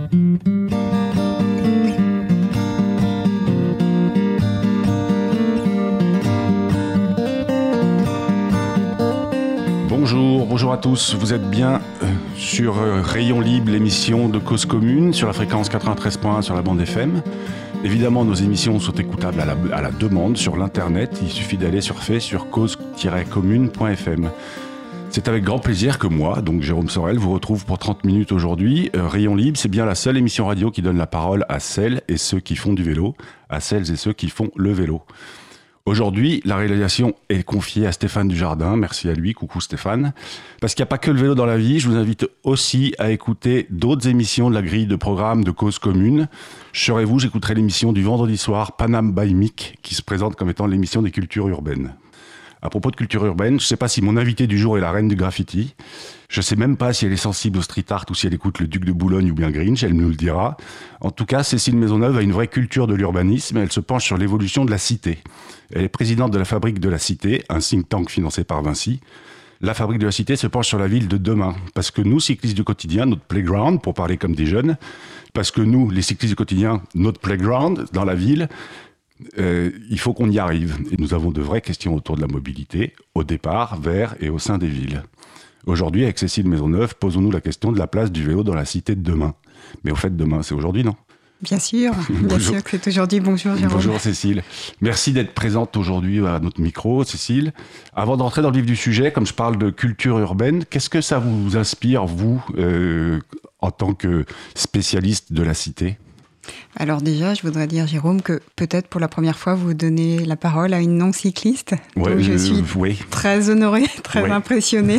Bonjour à tous, vous êtes bien sur Rayon Libre, l'émission de Cause Commune, sur la fréquence 93.1 sur la bande FM. Évidemment, nos émissions sont écoutables à la demande sur l'internet, il suffit d'aller surfer sur cause-commune.fm. C'est avec grand plaisir que moi, donc Jérôme Sorel, vous retrouve pour 30 minutes aujourd'hui. Rayon Libre, c'est bien la seule émission radio qui donne la parole à celles et ceux qui font du vélo, à celles et ceux qui font le vélo. Aujourd'hui, la réalisation est confiée à Stéphane Dujardin. Merci à lui, coucou Stéphane. Parce qu'il n'y a pas que le vélo dans la vie, je vous invite aussi à écouter d'autres émissions de la grille de programme de Cause Commune. Serez-vous, j'écouterai l'émission du vendredi soir, Panam by Mick, qui se présente comme étant l'émission des cultures urbaines. À propos de culture urbaine, je ne sais pas si mon invitée du jour est la reine du graffiti. Je ne sais même pas si elle est sensible au street art ou si elle écoute le Duc de Boulogne ou bien Grinch, elle nous le dira. En tout cas, Cécile Maisonneuve a une vraie culture de l'urbanisme et elle se penche sur l'évolution de la cité. Elle est présidente de la Fabrique de la Cité, un think tank financé par Vinci. La Fabrique de la Cité se penche sur la ville de demain. Parce que nous, cyclistes du quotidien, notre playground, pour parler comme des jeunes, parce que nous, les cyclistes du quotidien, notre playground dans la ville, il faut qu'on y arrive. Et nous avons de vraies questions autour de la mobilité, au départ, vers et au sein des villes. Aujourd'hui, avec Cécile Maisonneuve, posons-nous la question de la place du vélo dans la cité de demain. Mais au fait, demain, c'est aujourd'hui, non ? Bien sûr que c'est aujourd'hui. Bonjour Jérôme. Bonjour Cécile. Merci d'être présente aujourd'hui à notre micro, Cécile. Avant d'entrer dans le vif du sujet, comme je parle de culture urbaine, qu'est-ce que ça vous inspire, vous, en tant que spécialiste de la cité ? Alors déjà, je voudrais dire, Jérôme, que peut-être pour la première fois, vous donnez la parole à une non-cycliste. Ouais, donc je suis très honorée, très impressionnée.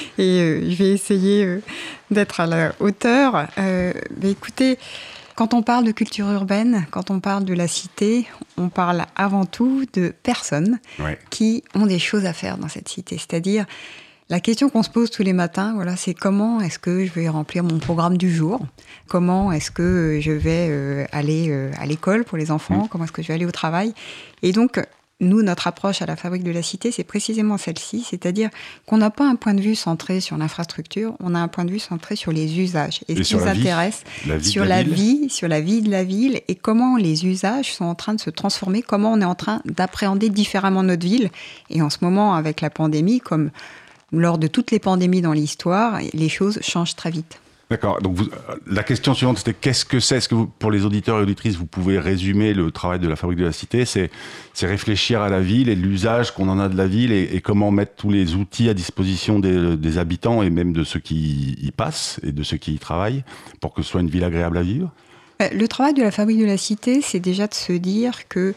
Et je vais essayer d'être à la hauteur. Mais écoutez, quand on parle de culture urbaine, quand on parle de la cité, on parle avant tout de personnes qui ont des choses à faire dans cette cité. C'est-à-dire, la question qu'on se pose tous les matins, voilà, c'est comment est-ce que je vais remplir mon programme du jour ? Comment est-ce que je vais aller à l'école pour les enfants ? Comment est-ce que je vais aller au travail ? Et donc, nous, notre approche à la Fabrique de la Cité, c'est précisément celle-ci, c'est-à-dire qu'on n'a pas un point de vue centré sur l'infrastructure, on a un point de vue centré sur les usages. Et ce qui nous intéresse, sur la vie de la ville et comment les usages sont en train de se transformer, comment on est en train d'appréhender différemment notre ville. Et en ce moment, avec la pandémie, comme lors de toutes les pandémies dans l'histoire, les choses changent très vite. D'accord. Donc la question suivante, c'était qu'est-ce que c'est ? Est-ce que pour les auditeurs et auditrices, vous pouvez résumer le travail de la Fabrique de la Cité ? C'est réfléchir à la ville et l'usage qu'on en a de la ville et comment mettre tous les outils à disposition des habitants et même de ceux qui y passent et de ceux qui y travaillent pour que ce soit une ville agréable à vivre ? Le travail de la Fabrique de la Cité, c'est déjà de se dire que,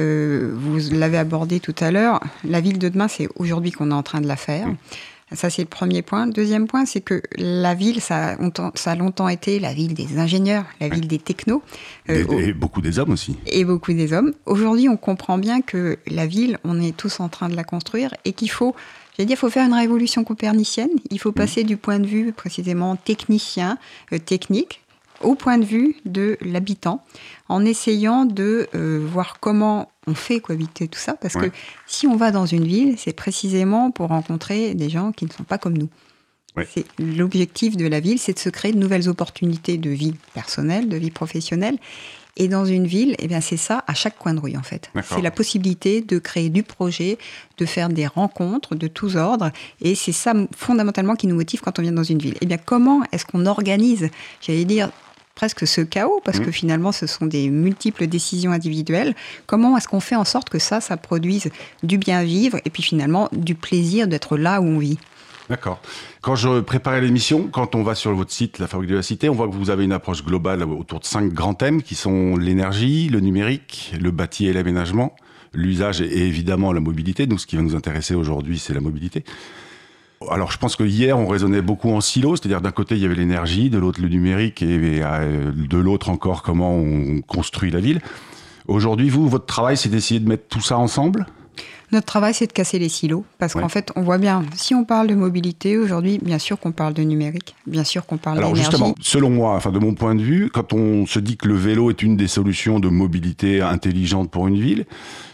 vous l'avez abordé tout à l'heure, la ville de demain, c'est aujourd'hui qu'on est en train de la faire. Ça, c'est le premier point. Deuxième point, c'est que la ville, ça a longtemps été la ville des ingénieurs, la ville des technos. Et beaucoup des hommes aussi. Et beaucoup des hommes. Aujourd'hui, on comprend bien que la ville, on est tous en train de la construire et qu'il faut... il faut faire une révolution copernicienne. Il faut passer du point de vue précisément technicien, technique, au point de vue de l'habitant, en essayant de voir comment on fait cohabiter tout ça, parce que si on va dans une ville, c'est précisément pour rencontrer des gens qui ne sont pas comme nous. C'est l'objectif de la ville, c'est de se créer de nouvelles opportunités de vie personnelle, de vie professionnelle. Et dans une ville, eh bien c'est ça à chaque coin de rue en fait. D'accord. C'est la possibilité de créer du projet, de faire des rencontres de tous ordres. Et c'est ça fondamentalement qui nous motive quand on vient dans une ville. Eh bien comment est-ce qu'on organise, j'allais dire, presque ce chaos, parce que finalement, ce sont des multiples décisions individuelles. Comment est-ce qu'on fait en sorte que ça produise du bien vivre et puis finalement du plaisir d'être là où on vit ? D'accord. Quand je préparais l'émission, quand on va sur votre site, la Fabrique de la Cité, on voit que vous avez une approche globale autour de 5 grands thèmes qui sont l'énergie, le numérique, le bâti et l'aménagement, l'usage et évidemment la mobilité. Donc ce qui va nous intéresser aujourd'hui, c'est la mobilité. Alors, je pense que hier, on raisonnait beaucoup en silo, c'est-à-dire d'un côté, il y avait l'énergie, de l'autre, le numérique, et de l'autre encore, comment on construit la ville. Aujourd'hui, vous, votre travail, c'est d'essayer de mettre tout ça ensemble ? Notre travail, c'est de casser les silos, parce qu'en fait, on voit bien, si on parle de mobilité, aujourd'hui, bien sûr qu'on parle de numérique, bien sûr qu'on parle d'énergie. Alors justement, selon moi, de mon point de vue, quand on se dit que le vélo est une des solutions de mobilité intelligente pour une ville,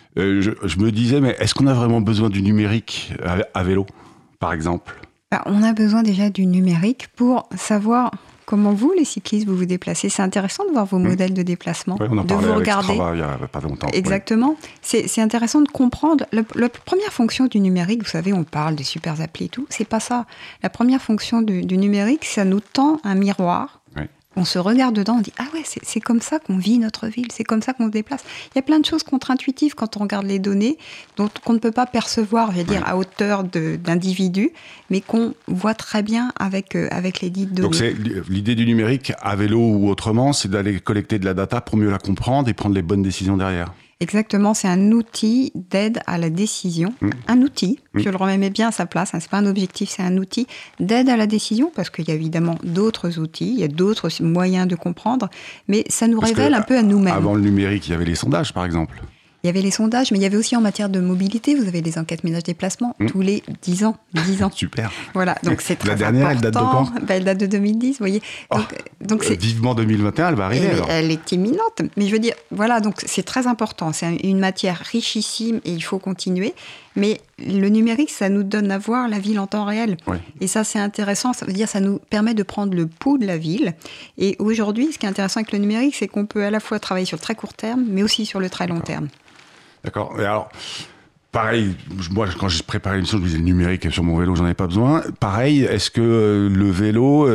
je me disais, mais est-ce qu'on a vraiment besoin du numérique à vélo ? Par exemple ? On a besoin déjà du numérique pour savoir comment vous, les cyclistes, vous vous déplacez. C'est intéressant de voir vos modèles de déplacement, ouais, on en de parlait vous avec regarder. Strava il n'y a pas longtemps. Exactement. Ouais. C'est intéressant de comprendre. La première fonction du numérique, vous savez, on parle de super applis et tout, c'est pas ça. La première fonction du numérique, ça nous tend un miroir. Ouais. On se regarde dedans, on dit « Ah ouais, c'est comme ça qu'on vit notre ville, c'est comme ça qu'on se déplace ». Il y a plein de choses contre-intuitives quand on regarde les données, qu'on ne peut pas percevoir, je veux dire, à hauteur d'individus, mais qu'on voit très bien avec les dites données. Donc c'est l'idée du numérique, à vélo ou autrement, c'est d'aller collecter de la data pour mieux la comprendre et prendre les bonnes décisions derrière. Exactement, c'est un outil d'aide à la décision. Un outil, je le remets bien à sa place, hein, c'est pas un objectif, c'est un outil d'aide à la décision, parce qu'il y a évidemment d'autres outils, il y a d'autres moyens de comprendre, mais ça nous révèle un peu à nous-mêmes. Avant le numérique, il y avait les sondages, par exemple. Il y avait les sondages, mais il y avait aussi en matière de mobilité, vous avez les enquêtes ménage-déplacement tous les 10 ans. 10 ans. Super. Voilà, donc c'est très important. La dernière, elle date de quand ? Elle date de 2010, vous voyez. Donc c'est vivement 2021, elle va arriver alors. Elle est imminente, mais je veux dire, voilà, donc c'est très important. C'est une matière richissime et il faut continuer. Mais le numérique, ça nous donne à voir la ville en temps réel. Oui. Et ça, c'est intéressant. Ça veut dire ça nous permet de prendre le pouls de la ville. Et aujourd'hui, ce qui est intéressant avec le numérique, c'est qu'on peut à la fois travailler sur le très court terme, mais aussi sur le très long terme. D'accord. Et alors, pareil, moi, quand j'ai préparé l'émission, je me disais le numérique sur mon vélo, j'en avais pas besoin. Pareil, est-ce que le vélo,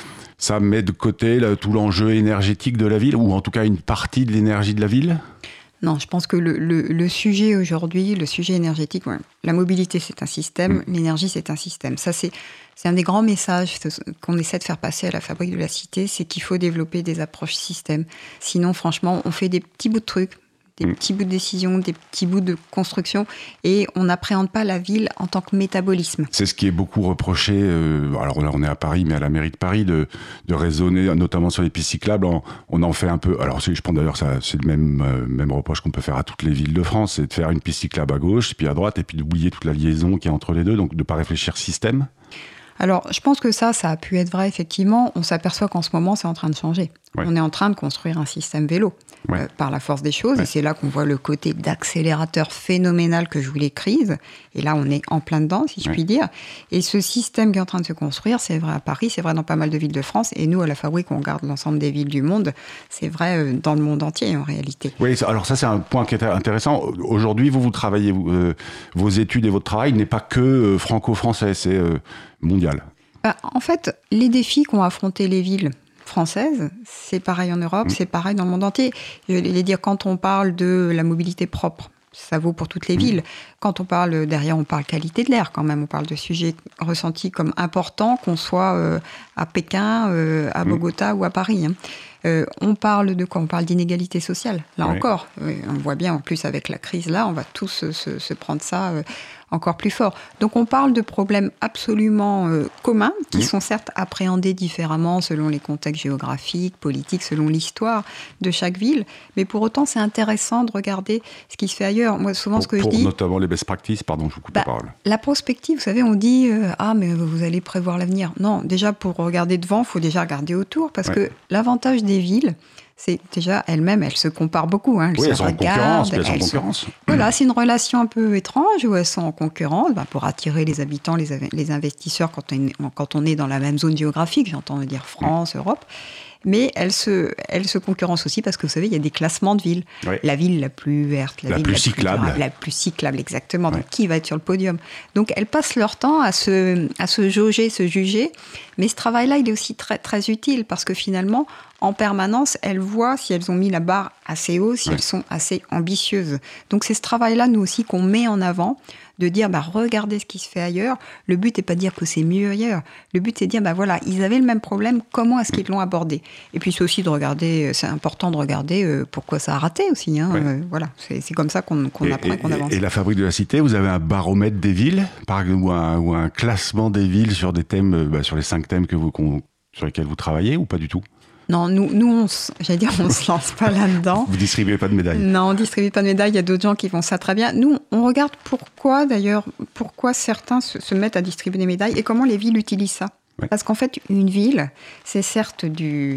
ça met de côté tout l'enjeu énergétique de la ville, ou en tout cas une partie de l'énergie de la ville ? Non, je pense que le sujet aujourd'hui, le sujet énergétique, ouais, la mobilité, c'est un système, l'énergie, c'est un système. Ça, c'est un des grands messages qu'on essaie de faire passer à la Fabrique de la Cité, c'est qu'il faut développer des approches système. Sinon, franchement, on fait des petits bouts de trucs, des petits bouts de décision, des petits bouts de construction, et on n'appréhende pas la ville en tant que métabolisme. C'est ce qui est beaucoup reproché, alors là on est à Paris, mais à la mairie de Paris, de raisonner, notamment sur les pistes cyclables, on en fait un peu, alors je pense d'ailleurs c'est le même reproche qu'on peut faire à toutes les villes de France, c'est de faire une piste cyclable à gauche, puis à droite, et puis d'oublier toute la liaison qui est entre les deux, donc de ne pas réfléchir système. Alors, je pense que ça a pu être vrai, effectivement. On s'aperçoit qu'en ce moment, c'est en train de changer. Ouais. On est en train de construire un système vélo par la force des choses. Ouais. Et c'est là qu'on voit le côté d'accélérateur phénoménal que jouent les crises. Et là, on est en plein dedans, si je puis dire. Et ce système qui est en train de se construire, c'est vrai à Paris, c'est vrai dans pas mal de villes de France. Et nous, à la Fabrique, on regarde l'ensemble des villes du monde. C'est vrai dans le monde entier, en réalité. Oui, alors ça, c'est un point qui est intéressant. Aujourd'hui, vous travaillez, vos études et votre travail n'est pas que franco-français, c'est mondial. En fait, les défis qu'ont affronté les villes françaises, c'est pareil en Europe, c'est pareil dans le monde entier. Je vais dire, quand on parle de la mobilité propre, ça vaut pour toutes les villes. Quand on parle, derrière, on parle qualité de l'air quand même. On parle de sujets ressentis comme importants, qu'on soit à Pékin, à Bogota ou à Paris. On parle de quoi ? On parle d'inégalité sociale. Là encore, on voit bien, en plus avec la crise, là, on va tous se prendre ça encore plus fort. Donc on parle de problèmes absolument communs, qui sont certes appréhendés différemment selon les contextes géographiques, politiques, selon l'histoire de chaque ville, mais pour autant c'est intéressant de regarder ce qui se fait ailleurs. Moi souvent ce que je dis... notamment les best practices, pardon, je vous coupe la parole. La prospective, vous savez, on dit mais vous allez prévoir l'avenir. Non, déjà pour regarder devant, il faut déjà regarder autour, parce que l'avantage des villes, c'est déjà elles-mêmes, elles se comparent beaucoup. Elles se regardent. Elles sont en concurrence. Voilà, c'est une relation un peu étrange où elles sont en concurrence pour attirer les habitants, les investisseurs quand on est dans la même zone géographique, j'entends dire France, Europe. Mais elles se concurrencent aussi parce que vous savez, il y a des classements de villes. Oui. La ville la plus verte, la ville plus cyclable. La plus cyclable, exactement. Donc, qui va être sur le podium ? Donc, elles passent leur temps à se jauger, se juger. Mais ce travail-là, il est aussi très, très utile parce que finalement, en permanence, elles voient si elles ont mis la barre assez haut, si elles sont assez ambitieuses. Donc, c'est ce travail-là, nous aussi, qu'on met en avant, de dire, regardez ce qui se fait ailleurs. Le but n'est pas de dire que c'est mieux ailleurs. Le but, c'est de dire, voilà, ils avaient le même problème, comment est-ce qu'ils l'ont abordé ? Et puis, c'est aussi de regarder, c'est important de regarder pourquoi ça a raté aussi. Voilà, c'est comme ça qu'on apprend et qu'on avance. Et la Fabrique de la Cité, vous avez un baromètre des villes, ou un classement des villes sur des thèmes, sur les 5 thèmes sur lesquels vous travaillez, ou pas du tout ? Non, nous on se lance pas là-dedans. Vous distribuez pas de médailles ? Non, on distribue pas de médailles. Il y a d'autres gens qui font ça très bien. Nous, on regarde pourquoi certains se mettent à distribuer des médailles et comment les villes utilisent ça. Ouais. Parce qu'en fait, une ville, c'est certes des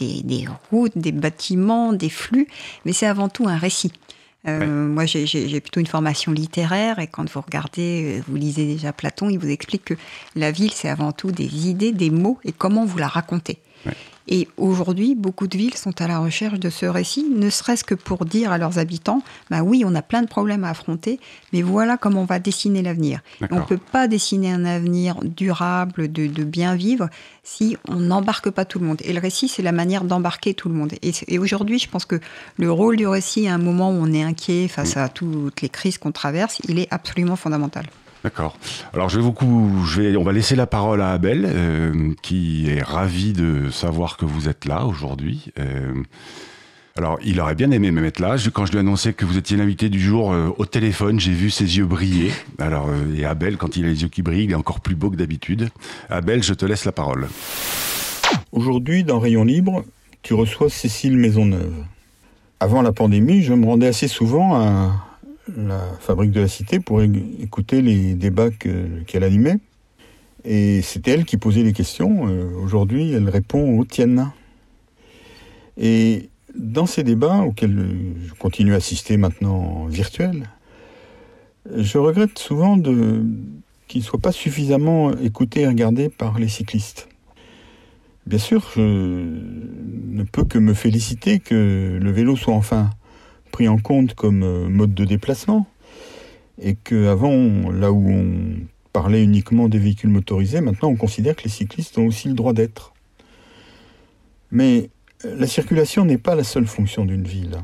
routes, des bâtiments, des flux, mais c'est avant tout un récit. Moi, j'ai plutôt une formation littéraire et quand vous regardez, vous lisez déjà Platon, il vous explique que la ville, c'est avant tout des idées, des mots et comment vous la racontez. Ouais. Et aujourd'hui, beaucoup de villes sont à la recherche de ce récit, ne serait-ce que pour dire à leurs habitants, oui, on a plein de problèmes à affronter, mais voilà comment on va dessiner l'avenir. On ne peut pas dessiner un avenir durable, de bien vivre, si on n'embarque pas tout le monde. Et le récit, c'est la manière d'embarquer tout le monde. Et aujourd'hui, je pense que le rôle du récit, à un moment où on est inquiet face à toutes les crises qu'on traverse, il est absolument fondamental. D'accord. Alors on va laisser la parole à Abel, qui est ravi de savoir que vous êtes là aujourd'hui. Alors, il aurait bien aimé me mettre là. Quand je lui ai annoncé que vous étiez l'invité du jour au téléphone, j'ai vu ses yeux briller. Alors, et Abel, quand il a les yeux qui brillent, il est encore plus beau que d'habitude. Abel, je te laisse la parole. Aujourd'hui, dans Rayon Libre, tu reçois Cécile Maisonneuve. Avant la pandémie, je me rendais assez souvent à la Fabrique de la Cité pour écouter les débats qu'elle animait. Et c'était elle qui posait les questions. Aujourd'hui, elle répond aux tiennes. Et dans ces débats, auxquels je continue à assister maintenant en virtuel, je regrette souvent qu'ils ne soient pas suffisamment écoutés et regardés par les cyclistes. Bien sûr, je ne peux que me féliciter que le vélo soit enfin pris en compte comme mode de déplacement, et qu'avant, là où on parlait uniquement des véhicules motorisés, maintenant on considère que les cyclistes ont aussi le droit d'être. Mais la circulation n'est pas la seule fonction d'une ville.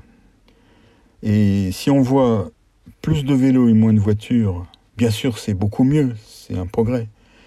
Et si on voit plus de vélos et moins de voitures, bien sûr c'est beaucoup mieux, c'est un progrès.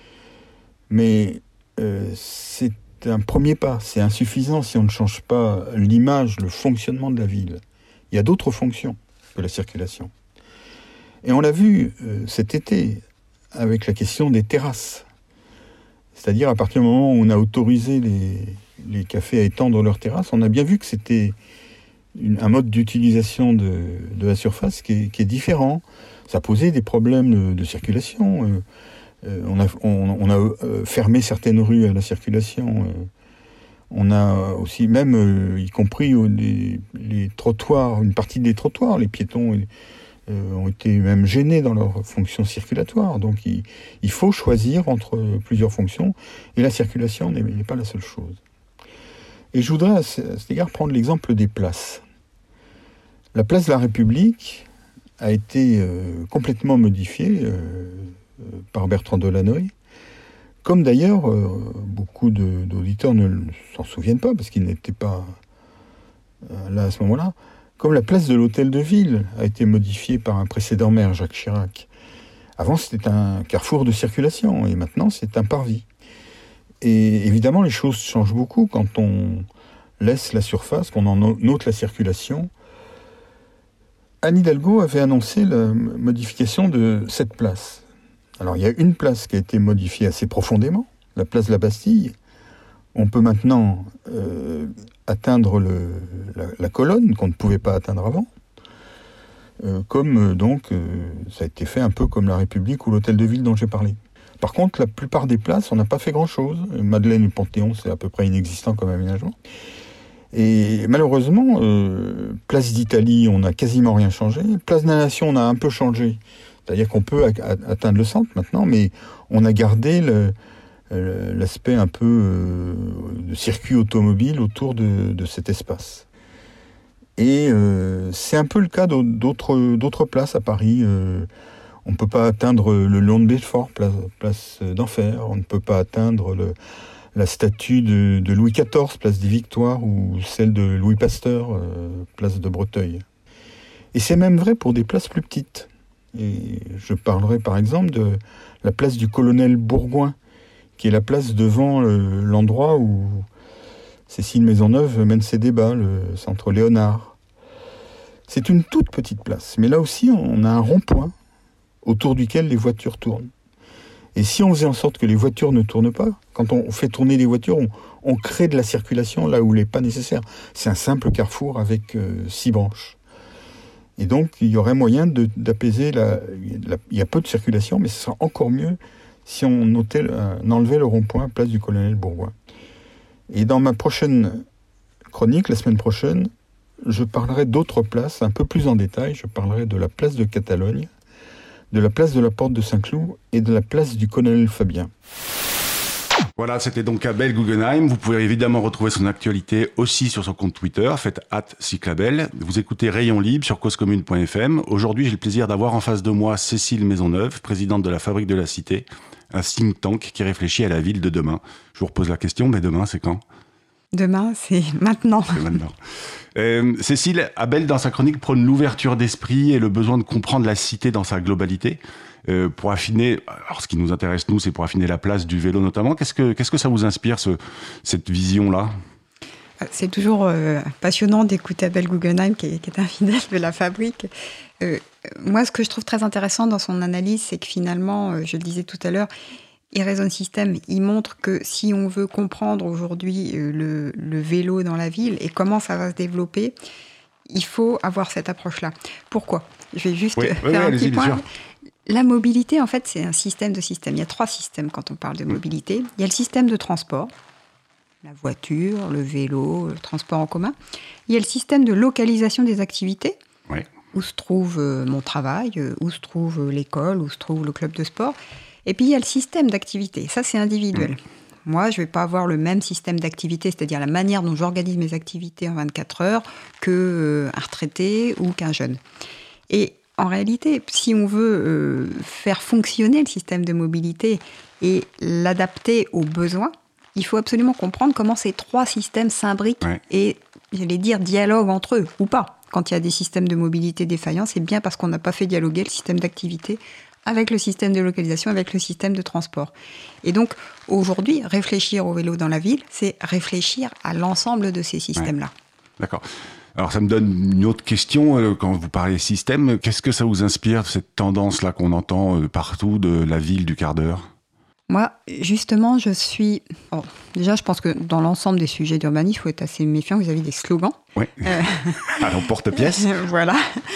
Mais c'est un premier pas, c'est insuffisant si on ne change pas l'image, le fonctionnement de la ville. Il y a d'autres fonctions que la circulation. Et on l'a vu cet été avec la question des terrasses. C'est-à-dire à partir du moment où on a autorisé les cafés à étendre leurs terrasses, on a bien vu que c'était un mode d'utilisation de la surface qui est différent. Ça posait des problèmes de circulation. On a fermé certaines rues à la circulation. On a aussi même, y compris les trottoirs, une partie des trottoirs, les piétons ont été même gênés dans leur fonction circulatoire. Donc il faut choisir entre plusieurs fonctions, et la circulation n'est pas la seule chose. Et je voudrais à cet égard prendre l'exemple des places. La place de la République a été complètement modifiée par Bertrand Delanoë, comme d'ailleurs beaucoup d'auditeurs ne s'en souviennent pas, parce qu'ils n'étaient pas là à ce moment-là, comme la place de l'Hôtel de Ville a été modifiée par un précédent maire, Jacques Chirac. Avant, c'était un carrefour de circulation, et maintenant, c'est un parvis. Et évidemment, les choses changent beaucoup quand on laisse la surface, qu'on en ôte la circulation. Anne Hidalgo avait annoncé la modification de cette place. Alors, il y a une place qui a été modifiée assez profondément, la place de la Bastille. On peut maintenant atteindre la colonne qu'on ne pouvait pas atteindre avant. Ça a été fait un peu comme la République ou l'Hôtel de Ville dont j'ai parlé. Par contre, la plupart des places, on n'a pas fait grand-chose. Madeleine et Panthéon, c'est à peu près inexistant comme aménagement. Et malheureusement, place d'Italie, on n'a quasiment rien changé. Place de la Nation, on a un peu changé. C'est-à-dire qu'on peut atteindre le centre maintenant, mais on a gardé l'aspect un peu de circuit automobile autour de cet espace. Et c'est un peu le cas d'autres places à Paris. On ne peut pas atteindre le Lion de Belfort, place d'Enfer. On ne peut pas atteindre la statue de Louis XIV, place des Victoires, ou celle de Louis Pasteur, place de Breteuil. Et c'est même vrai pour des places plus petites. Et je parlerai par exemple de la place du Colonel Bourgoin, qui est la place devant l'endroit où Cécile Maisonneuve mène ses débats, le centre Léonard. C'est une toute petite place, mais là aussi on a un rond-point autour duquel les voitures tournent. Et si on faisait en sorte que les voitures ne tournent pas, quand on fait tourner les voitures, on crée de la circulation là où elle n'est pas nécessaire. C'est un simple carrefour avec 6 branches. Et donc, il y aurait moyen d'apaiser il y a peu de circulation, mais ce sera encore mieux si on enlevait le rond-point place du Colonel Bourgoin. Et dans ma prochaine chronique, la semaine prochaine, je parlerai d'autres places, un peu plus en détail. Je parlerai de la place de Catalogne, de la place de la Porte de Saint-Cloud et de la place du Colonel Fabien. Voilà, c'était donc Abel Guggenheim. Vous pouvez évidemment retrouver son actualité aussi sur son compte Twitter, faites @cyclabel. Vous écoutez Rayon Libre sur causecommune.fm. Aujourd'hui, j'ai le plaisir d'avoir en face de moi Cécile Maisonneuve, présidente de la Fabrique de la Cité, un think tank qui réfléchit à la ville de demain. Je vous repose la question, mais demain, c'est quand ? Demain, c'est maintenant. C'est maintenant. Cécile, Abel, dans sa chronique, prône l'ouverture d'esprit et le besoin de comprendre la cité dans sa globalité. Pour affiner, alors ce qui nous intéresse nous, c'est pour affiner la place du vélo notamment. Qu'est-ce que ça vous inspire, cette vision-là ? C'est toujours passionnant d'écouter Abel Guggenheim, qui est un fidèle de la Fabrique. Moi, ce que je trouve très intéressant dans son analyse, c'est que finalement, je le disais tout à l'heure, il raisonne système. Il montre que si on veut comprendre aujourd'hui le vélo dans la ville et comment ça va se développer, il faut avoir cette approche-là. Pourquoi ? Je vais juste faire un petit point. La mobilité, en fait, c'est un système de systèmes. Il y a 3 systèmes quand on parle de mobilité. Il y a le système de transport, la voiture, le vélo, le transport en commun. Il y a le système de localisation des activités, où se trouve mon travail, où se trouve l'école, où se trouve le club de sport. Et puis, il y a le système d'activité. Ça, c'est individuel. Moi, je ne vais pas avoir le même système d'activité, c'est-à-dire la manière dont j'organise mes activités en 24 heures qu'un retraité ou qu'un jeune. Et en réalité, si on veut faire fonctionner le système de mobilité et l'adapter aux besoins, il faut absolument comprendre comment ces 3 systèmes s'imbriquent et, j'allais dire, dialoguent entre eux ou pas. Quand il y a des systèmes de mobilité défaillants, c'est bien parce qu'on n'a pas fait dialoguer le système d'activité avec le système de localisation, avec le système de transport. Et donc, aujourd'hui, réfléchir au vélo dans la ville, c'est réfléchir à l'ensemble de ces systèmes-là. D'accord. Alors, ça me donne une autre question. Quand vous parlez système, qu'est-ce que ça vous inspire, cette tendance-là qu'on entend partout de la ville du quart d'heure ? Moi, justement, déjà, je pense que dans l'ensemble des sujets d'urbanisme, il faut être assez méfiant vis-à-vis des slogans. Oui. Alors, porte-pièce. Voilà.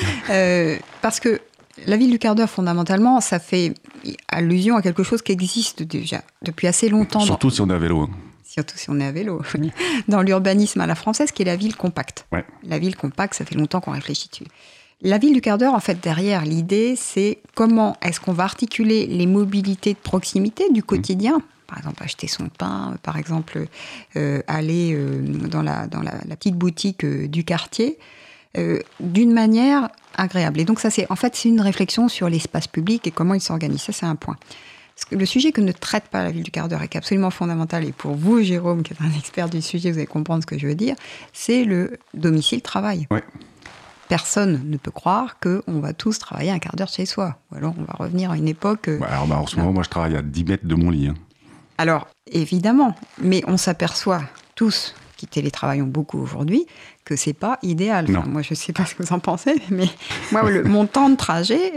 Parce que la ville du quart d'heure, fondamentalement, ça fait allusion à quelque chose qui existe déjà depuis assez longtemps. Surtout si on est à vélo. Surtout si on est à vélo. Dans l'urbanisme à la française, qui est la ville compacte. La ville compacte, ça fait longtemps qu'on réfléchit dessus. La ville du quart d'heure, en fait, derrière l'idée, c'est comment est-ce qu'on va articuler les mobilités de proximité du quotidien. Par exemple, acheter son pain, par exemple, aller dans la petite boutique du quartier, d'une manière agréable. Et donc, ça, c'est une réflexion sur l'espace public et comment il s'organise. Ça, c'est un point. Le sujet que ne traite pas la ville du quart d'heure et qui est absolument fondamental, et pour vous, Jérôme, qui est un expert du sujet, vous allez comprendre ce que je veux dire, c'est le domicile-travail. Personne ne peut croire qu'on va tous travailler un quart d'heure chez soi. Ou alors, on va revenir à une époque... en ce moment, moi, je travaille à 10 mètres de mon lit. Alors, évidemment, mais on s'aperçoit tous qui télétravaillons beaucoup aujourd'hui, que c'est pas idéal. Enfin, moi, je sais pas ce que vous en pensez, mais moi, mon temps de trajet,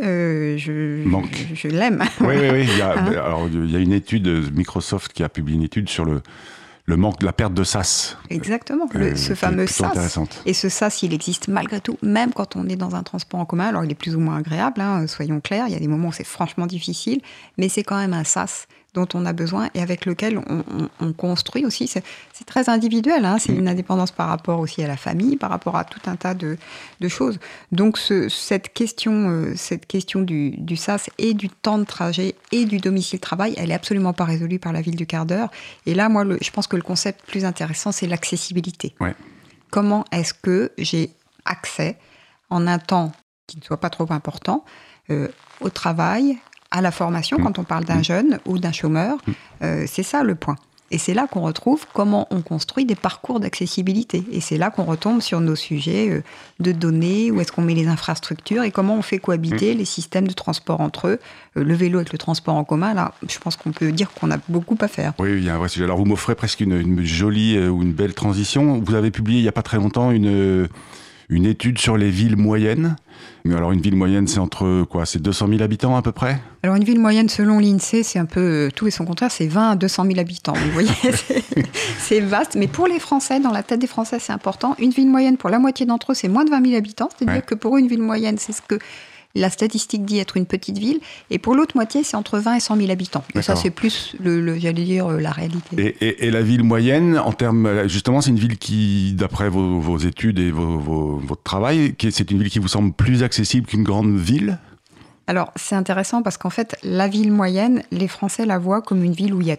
je l'aime. Oui. Il y a une étude, Microsoft qui a publié une étude sur le manque de la perte de sas. Exactement, ce fameux sas. Et ce sas, il existe malgré tout, même quand on est dans un transport en commun. Alors, il est plus ou moins agréable, soyons clairs. Il y a des moments où c'est franchement difficile, mais c'est quand même un sas dont on a besoin et avec lequel on construit aussi. C'est très individuel, c'est une indépendance par rapport aussi à la famille, par rapport à tout un tas de choses. Donc cette question du sas et du temps de trajet et du domicile-travail, elle n'est absolument pas résolue par la ville du quart d'heure. Et là, moi, je pense que le concept plus intéressant, c'est l'accessibilité. Comment est-ce que j'ai accès en un temps qui ne soit pas trop important au travail, à la formation, quand on parle d'un jeune ou d'un chômeur, c'est ça le point. Et c'est là qu'on retrouve comment on construit des parcours d'accessibilité. Et c'est là qu'on retombe sur nos sujets de données, où est-ce qu'on met les infrastructures et comment on fait cohabiter les systèmes de transport entre eux. Le vélo avec le transport en commun, là, je pense qu'on peut dire qu'on a beaucoup à faire. Oui, il y a un vrai sujet. Alors, vous m'offrez presque une jolie ou une belle transition. Vous avez publié il n'y a pas très longtemps une étude sur les villes moyennes. Alors, une ville moyenne, c'est entre quoi ? C'est 200 000 habitants à peu près ? Alors, une ville moyenne, selon l'INSEE, c'est un peu tout et son contraire, c'est 20 à 200 000 habitants. Vous voyez, c'est vaste. Mais pour les Français, dans la tête des Français, c'est important. Une ville moyenne, pour la moitié d'entre eux, c'est moins de 20 000 habitants. C'est-à-dire que pour une ville moyenne, c'est ce que la statistique dit être une petite ville. Et pour l'autre moitié, c'est entre 20 et 100 000 habitants. Et ça, c'est plus, j'allais dire, la réalité. Et la ville moyenne, en termes, justement, c'est une ville qui, d'après vos études et votre travail, c'est une ville qui vous semble plus accessible qu'une grande ville ? Alors, c'est intéressant parce qu'en fait, la ville moyenne, les Français la voient comme une ville où il y a tout.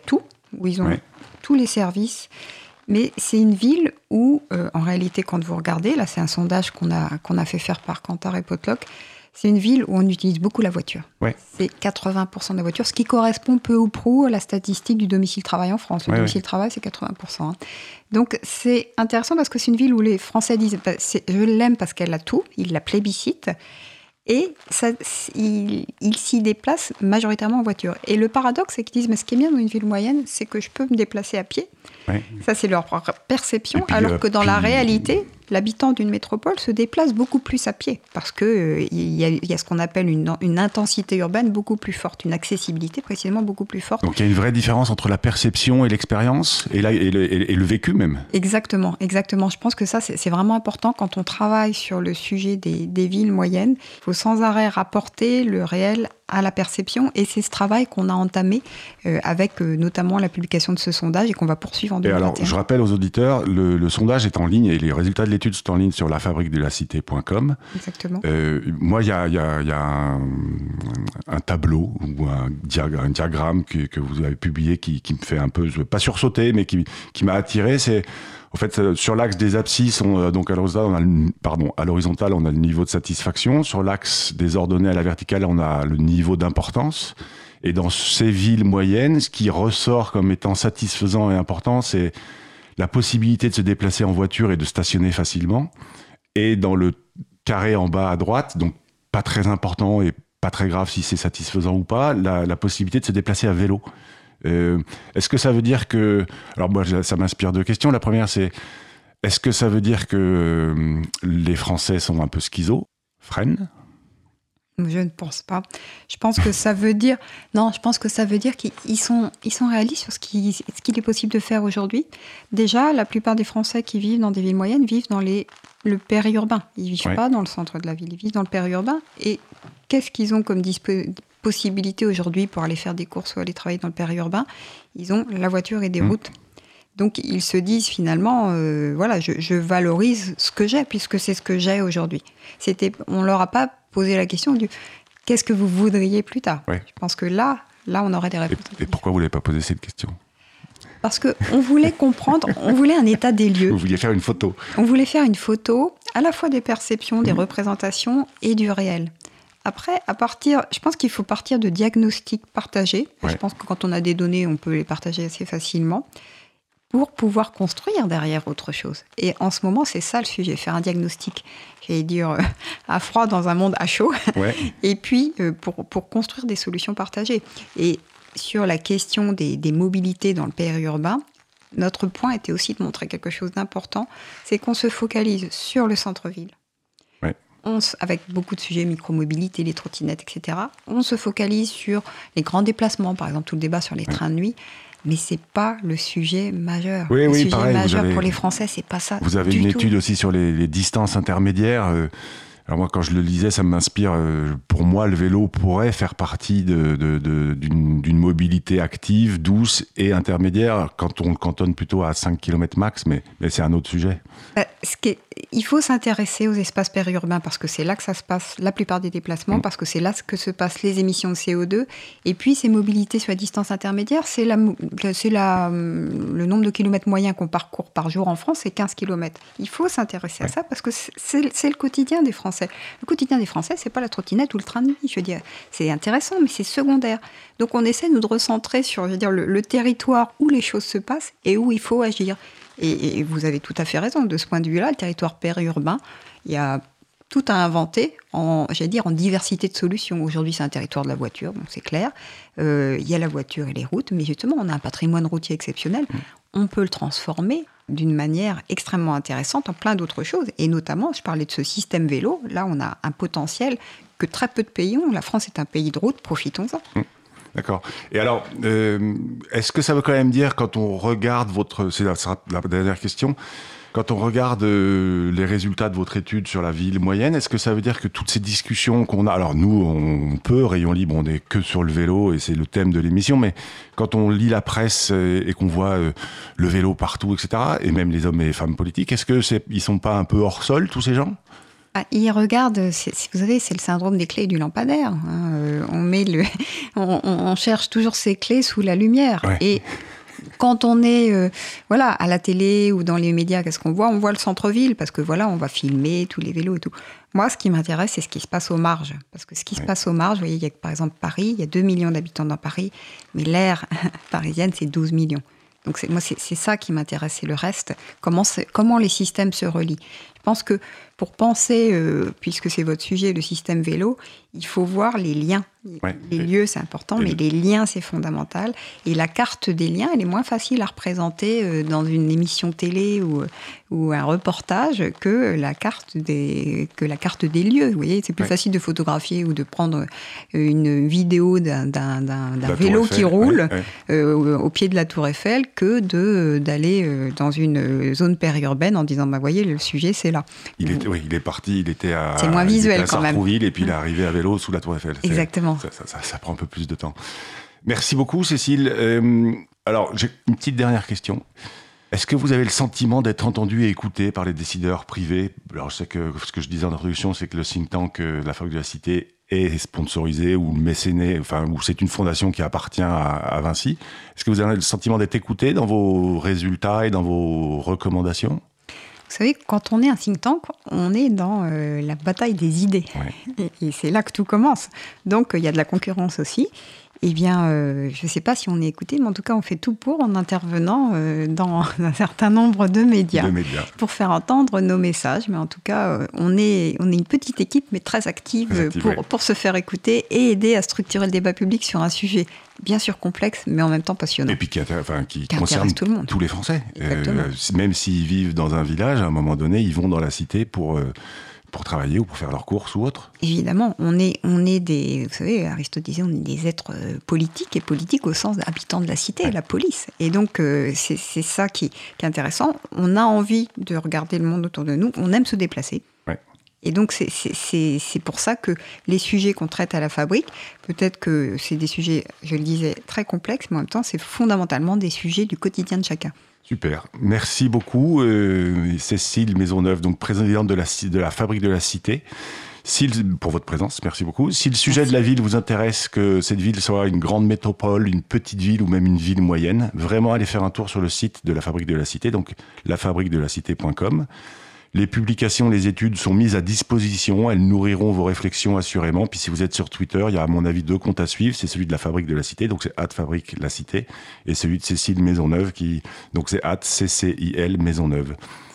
où ils ont tous les services. Mais c'est une ville où, en réalité, quand vous regardez, là c'est un sondage qu'on a fait faire par Kantar et Potluck, c'est une ville où on utilise beaucoup la voiture. Ouais. C'est 80% de la voiture, ce qui correspond peu ou prou à la statistique du domicile-travail en France. Le domicile-travail, c'est 80%. Donc c'est intéressant parce que c'est une ville où les Français disent je l'aime parce qu'elle a tout, ils la plébiscitent. Et ils s'y déplacent majoritairement en voiture. Et le paradoxe, c'est qu'ils disent, mais ce qui est bien dans une ville moyenne, c'est que je peux me déplacer à pied. Ouais. Ça, c'est leur perception. Puis, alors que dans la réalité, l'habitant d'une métropole se déplace beaucoup plus à pied. Parce qu'il y a ce qu'on appelle une intensité urbaine beaucoup plus forte, une accessibilité précisément beaucoup plus forte. Donc il y a une vraie différence entre la perception et l'expérience, et le vécu même. Exactement. Je pense que ça, c'est vraiment important quand on travaille sur le sujet des villes moyennes. Il faut sans arrêt rapporter le réel à la perception, et c'est ce travail qu'on a entamé avec notamment la publication de ce sondage et qu'on va poursuivre en 2021. Et alors, je rappelle aux auditeurs, le sondage est en ligne et les résultats de l'étude sont en ligne sur lafabriquedelacité.com. Exactement. Moi, il y a un tableau ou un diagramme que vous avez publié qui me fait un peu, pas sursauter, mais qui m'a attiré. C'est en fait sur l'axe des abscisses, donc à l'horizontale, on a le niveau de satisfaction. Sur l'axe des ordonnées à la verticale, on a le niveau d'importance. Et dans ces villes moyennes, ce qui ressort comme étant satisfaisant et important, c'est la possibilité de se déplacer en voiture et de stationner facilement. Et dans le carré en bas à droite, donc pas très important et pas très grave si c'est satisfaisant ou pas, la possibilité de se déplacer à vélo. Est-ce que ça veut dire que... Alors moi, ça m'inspire deux questions. La première, c'est est-ce que ça veut dire que les Français sont un peu schizophrènes ? Je ne pense pas. Je pense que ça veut dire... Non, je pense que ça veut dire qu'ils sont réalistes sur ce qu'il est possible de faire aujourd'hui. Déjà, la plupart des Français qui vivent dans des villes moyennes vivent dans le périurbain. Ils ne vivent pas dans le centre de la ville, ils vivent dans le périurbain. Et qu'est-ce qu'ils ont comme possibilité aujourd'hui pour aller faire des courses ou aller travailler dans le périurbain ? Ils ont la voiture et des routes. Donc, ils se disent finalement, je valorise ce que j'ai, puisque c'est ce que j'ai aujourd'hui. On ne leur a pas posé la question du « qu'est-ce que vous voudriez plus tard ?» Je pense que là, on aurait des réponses. Et pourquoi vous ne l'avez pas posé cette question ? Parce qu'on voulait comprendre, on voulait un état des lieux. Vous vouliez faire une photo. On voulait faire une photo à la fois des perceptions, des représentations et du réel. Après, je pense qu'il faut partir de diagnostics partagés. Je pense que quand on a des données, on peut les partager assez facilement pour pouvoir construire derrière autre chose. Et en ce moment, c'est ça le sujet, faire un diagnostic, j'allais dire, à froid dans un monde à chaud, et puis pour construire des solutions partagées. Et sur la question des mobilités dans le périurbain, notre point était aussi de montrer quelque chose d'important, c'est qu'on se focalise sur le centre-ville. Avec beaucoup de sujets, micromobilité, les trottinettes, etc. On se focalise sur les grands déplacements, par exemple tout le débat sur les trains de nuit, mais c'est pas le sujet majeur. Le sujet majeur pour les Français, c'est pas ça. Vous avez une étude aussi sur les distances intermédiaires. Alors moi, quand je le lisais, ça m'inspire. Pour moi, le vélo pourrait faire partie d'une mobilité active, douce et intermédiaire, quand on le cantonne plutôt à 5 km max, mais c'est un autre sujet. Il faut s'intéresser aux espaces périurbains parce que c'est là que ça se passe la plupart des déplacements, parce que c'est là que se passent les émissions de CO2. Et puis, ces mobilités sur la distance intermédiaire, le nombre de kilomètres moyens qu'on parcourt par jour en France, c'est 15 km. Il faut s'intéresser à ça parce que c'est le quotidien des Français. Le quotidien des Français, c'est pas la trottinette ou le train de nuit. Je veux dire, c'est intéressant, mais c'est secondaire. Donc, on essaie, nous, de recentrer sur, le territoire où les choses se passent et où il faut agir. Et vous avez tout à fait raison. De ce point de vue-là, le territoire périurbain, il y a tout à inventer en diversité de solutions. Aujourd'hui, c'est un territoire de la voiture, bon, c'est clair. Il y a la voiture et les routes, mais justement, on a un patrimoine routier exceptionnel. On peut le transformer d'une manière extrêmement intéressante en plein d'autres choses. Et notamment, je parlais de ce système vélo. Là, on a un potentiel que très peu de pays ont. La France est un pays de route, profitons-en. D'accord. Et alors, est-ce que ça veut quand même dire, quand on regarde c'est la dernière question, quand on regarde les résultats de votre étude sur la ville moyenne, est-ce que ça veut dire que toutes ces discussions qu'on a, alors nous, on peut, Rayon Libre, on n'est que sur le vélo et c'est le thème de l'émission, mais quand on lit la presse et qu'on voit le vélo partout, etc., et même les hommes et les femmes politiques, est-ce que ils sont pas un peu hors sol, tous ces gens ? Ils regardent, vous savez, c'est le syndrome des clés et du lampadaire. On cherche toujours ses clés sous la lumière. Et quand on est à la télé ou dans les médias, qu'est-ce qu'on voit ? On voit le centre-ville parce que on va filmer tous les vélos et tout. Moi, ce qui m'intéresse, c'est ce qui se passe aux marges. Parce que ce qui se passe aux marges, vous voyez, il y a par exemple Paris, il y a 2 millions d'habitants dans Paris, mais l'aire parisienne, c'est 12 millions. Donc c'est ça qui m'intéresse, c'est le reste. Comment les systèmes se relient. Je pense que pour penser, puisque c'est votre sujet, le système vélo, il faut voir les liens. Les lieux, c'est important, mais les liens, c'est fondamental. Et la carte des liens, elle est moins facile à représenter dans une émission télé ou un reportage que la carte des lieux. Vous voyez, c'est plus facile de photographier ou de prendre une vidéo d'un vélo qui roule au pied de la Tour Eiffel que d'aller dans une zone périurbaine en disant, voyez, le sujet, c'est là. Il est parti, il était à Sartrouville et puis il est arrivé à vélo sous la Tour Eiffel. Exactement. Ça prend un peu plus de temps. Merci beaucoup, Cécile. Alors, j'ai une petite dernière question. Est-ce que vous avez le sentiment d'être entendu et écouté par les décideurs privés ? Alors, je sais que ce que je disais en introduction, c'est que le think tank la Fabrique de la Cité est sponsorisé ou mécéné, ou c'est une fondation qui appartient à Vinci. Est-ce que vous avez le sentiment d'être écouté dans vos résultats et dans vos recommandations ? Vous savez, quand on est un think tank, on est dans la bataille des idées. Ouais. Et c'est là que tout commence. Donc, il y a de la concurrence aussi. Eh bien, je ne sais pas si on est écouté, mais en tout cas, on fait tout pour en intervenant dans un certain nombre de médias pour faire entendre nos messages. Mais en tout cas, on est une petite équipe, mais très active pour se faire écouter et aider à structurer le débat public sur un sujet bien sûr complexe, mais en même temps passionnant. Et puis qui concerne tout le monde. Tous les Français. Même s'ils vivent dans un village, à un moment donné, ils vont dans la cité pour travailler ou pour faire leurs courses ou autre. Évidemment, on est des... Vous savez, Aristote disait, on est des êtres politiques, et politiques au sens d'habitants de la cité, la police. Et donc, c'est ça qui est intéressant. On a envie de regarder le monde autour de nous, on aime se déplacer. Et donc, c'est pour ça que les sujets qu'on traite à la Fabrique, peut-être que c'est des sujets, je le disais, très complexes, mais en même temps, c'est fondamentalement des sujets du quotidien de chacun. Super. Merci beaucoup, Cécile Maisonneuve, donc présidente de la Fabrique de la Cité. Pour votre présence, merci beaucoup. Si le sujet de la ville vous intéresse, que cette ville soit une grande métropole, une petite ville ou même une ville moyenne, vraiment allez faire un tour sur le site de la Fabrique de la Cité, donc lafabriquedelacité.com. Les publications, les études sont mises à disposition, elles nourriront vos réflexions assurément. Puis si vous êtes sur Twitter, il y a à mon avis 2 comptes à suivre, c'est celui de la Fabrique de la Cité, donc c'est @fabrique-la-cité, et celui de Cécile Maisonneuve, donc c'est @CCIL Maisonneuve.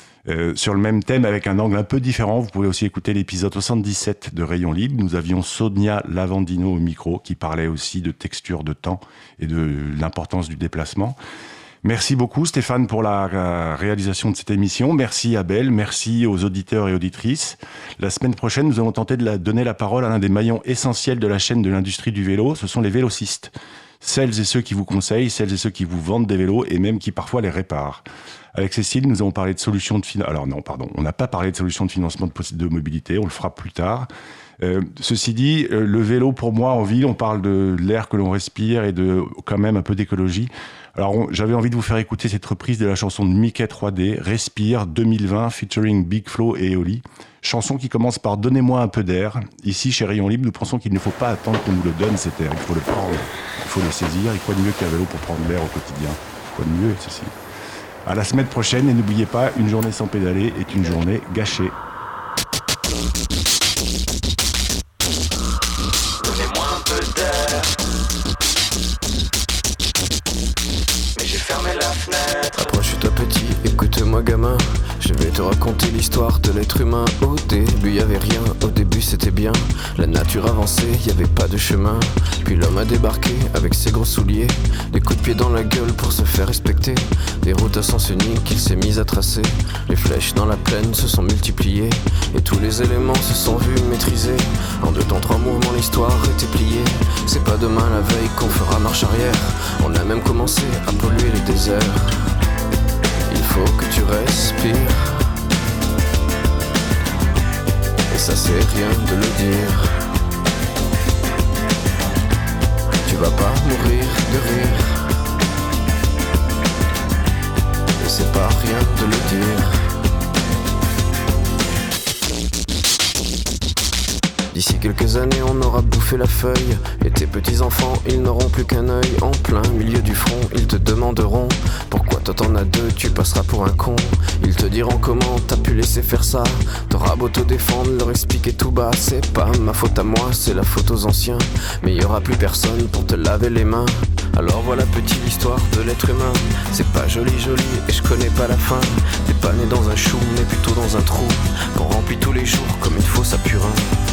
Sur le même thème, avec un angle un peu différent, vous pouvez aussi écouter l'épisode 77 de Rayon Libre. Nous avions Sonia Lavandino au micro, qui parlait aussi de texture de temps et de l'importance du déplacement. Merci beaucoup Stéphane pour la réalisation de cette émission. Merci Abel, merci aux auditeurs et auditrices. La semaine prochaine, nous allons tenter de donner la parole à l'un des maillons essentiels de la chaîne de l'industrie du vélo. Ce sont les vélocistes. Celles et ceux qui vous conseillent, celles et ceux qui vous vendent des vélos et même qui parfois les réparent. Avec Cécile, nous avons parlé de solutions de financement. Alors non, pardon, on n'a pas parlé de solutions de financement de mobilité, on le fera plus tard. Ceci dit, le vélo pour moi en ville, on parle de l'air que l'on respire et de quand même un peu d'écologie. Alors j'avais envie de vous faire écouter cette reprise de la chanson de Mickey 3D, Respire 2020 featuring Big Flo et Eoli. Chanson qui commence par Donnez-moi un peu d'air. Ici chez Rayon Libre, nous pensons qu'il ne faut pas attendre qu'on nous le donne cet air. Il faut le prendre, il faut le saisir. Et quoi de mieux qu'un vélo pour prendre l'air au quotidien? Quoi de mieux, ceci? À la semaine prochaine et n'oubliez pas, une journée sans pédaler est une journée gâchée. Donnez-moi un peu d'air. Mais j'ai fermé la fenêtre. Approche-toi petit, écoute-moi gamin. Je vais te raconter l'histoire de l'être humain. Au début y'avait rien, au début c'était bien. La nature avançait, y'avait pas de chemin. Puis l'homme a débarqué avec ses gros souliers. Des coups de pied dans la gueule pour se faire respecter. Des routes à sens unique qu'il s'est mis à tracer. Les flèches dans la plaine se sont multipliées. Et tous les éléments se sont vus maîtrisés. En 2 temps 3 mouvements l'histoire était pliée. C'est pas demain la veille qu'on fera marche arrière. On a même commencé à polluer les déserts. Il faut que tu respires. Et ça c'est rien de le dire. Tu vas pas mourir de rire. Et c'est pas rien de le dire. D'ici quelques années on aura bouffé la feuille. Et tes petits enfants ils n'auront plus qu'un œil. En plein milieu du front ils te demanderont pourquoi toi t'en as deux, tu passeras pour un con. Ils te diront comment t'as pu laisser faire ça. T'auras beau te défendre, leur expliquer tout bas. C'est pas ma faute à moi, c'est la faute aux anciens. Mais y aura plus personne pour te laver les mains. Alors voilà petite l'histoire de l'être humain. C'est pas joli et je connais pas la fin. T'es pas né dans un chou mais plutôt dans un trou qu'on remplit tous les jours comme il faut sa purin.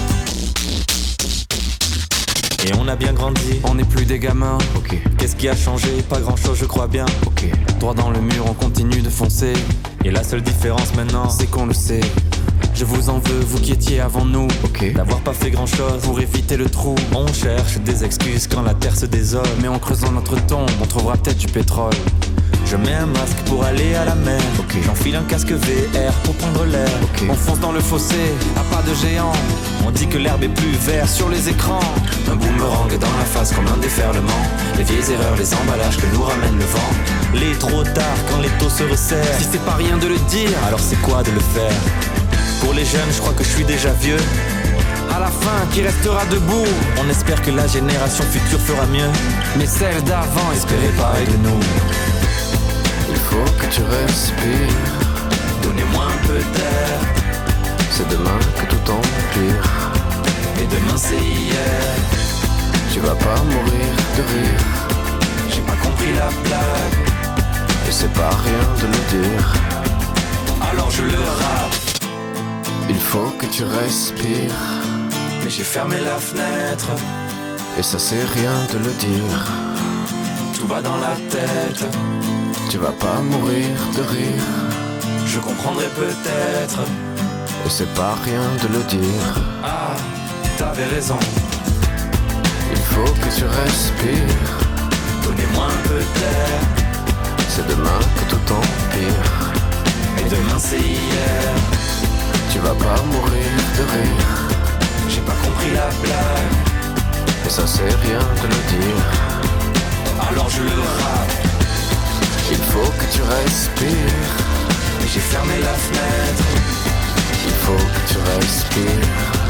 Et on a bien grandi, on n'est plus des gamins. Ok. Qu'est-ce qui a changé? Pas grand chose je crois bien. Ok. Droit dans le mur on continue de foncer. Et la seule différence maintenant c'est qu'on le sait. Je vous en veux, vous qui étiez avant nous, ok, d'avoir pas fait grand chose pour éviter le trou. On cherche des excuses quand la terre se désole. Mais en creusant notre tombe on trouvera peut-être du pétrole. Je mets un masque pour aller à la mer, okay. J'enfile un casque VR pour prendre l'air, okay. On fonce dans le fossé, à pas de géant. On dit que l'herbe est plus verte sur les écrans. Un boomerang dans la face comme un déferlement. Les vieilles erreurs, les emballages que nous ramène le vent. Les trop tard quand les taux se resserrent. Si c'est pas rien de le dire, alors c'est quoi de le faire? Pour les jeunes, je crois que je suis déjà vieux. À la fin, qui restera debout? On espère que la génération future fera mieux. Mais celle d'avant espérait pareil de nous. Il faut que tu respires. Donnez-moi un peu d'air. C'est demain que tout empire. Et demain c'est hier. Tu vas pas mourir de rire. J'ai pas compris la blague. Et c'est pas rien de le dire. Alors je le rappe. Il faut que tu respires. Mais j'ai fermé la fenêtre. Et ça c'est rien de le dire. Tout va dans la tête. Tu vas pas mourir de rire. Je comprendrai peut-être. Et c'est pas rien de le dire. Ah, t'avais raison. Il faut que tu respires. Donnez-moi un peu d'air. C'est demain que tout empire. Et demain c'est hier. Tu vas pas mourir de rire. J'ai pas compris la blague. Et ça c'est rien de le dire. Alors je le rappe. Il faut que tu respires. Et j'ai fermé la fenêtre. Il faut que tu respires.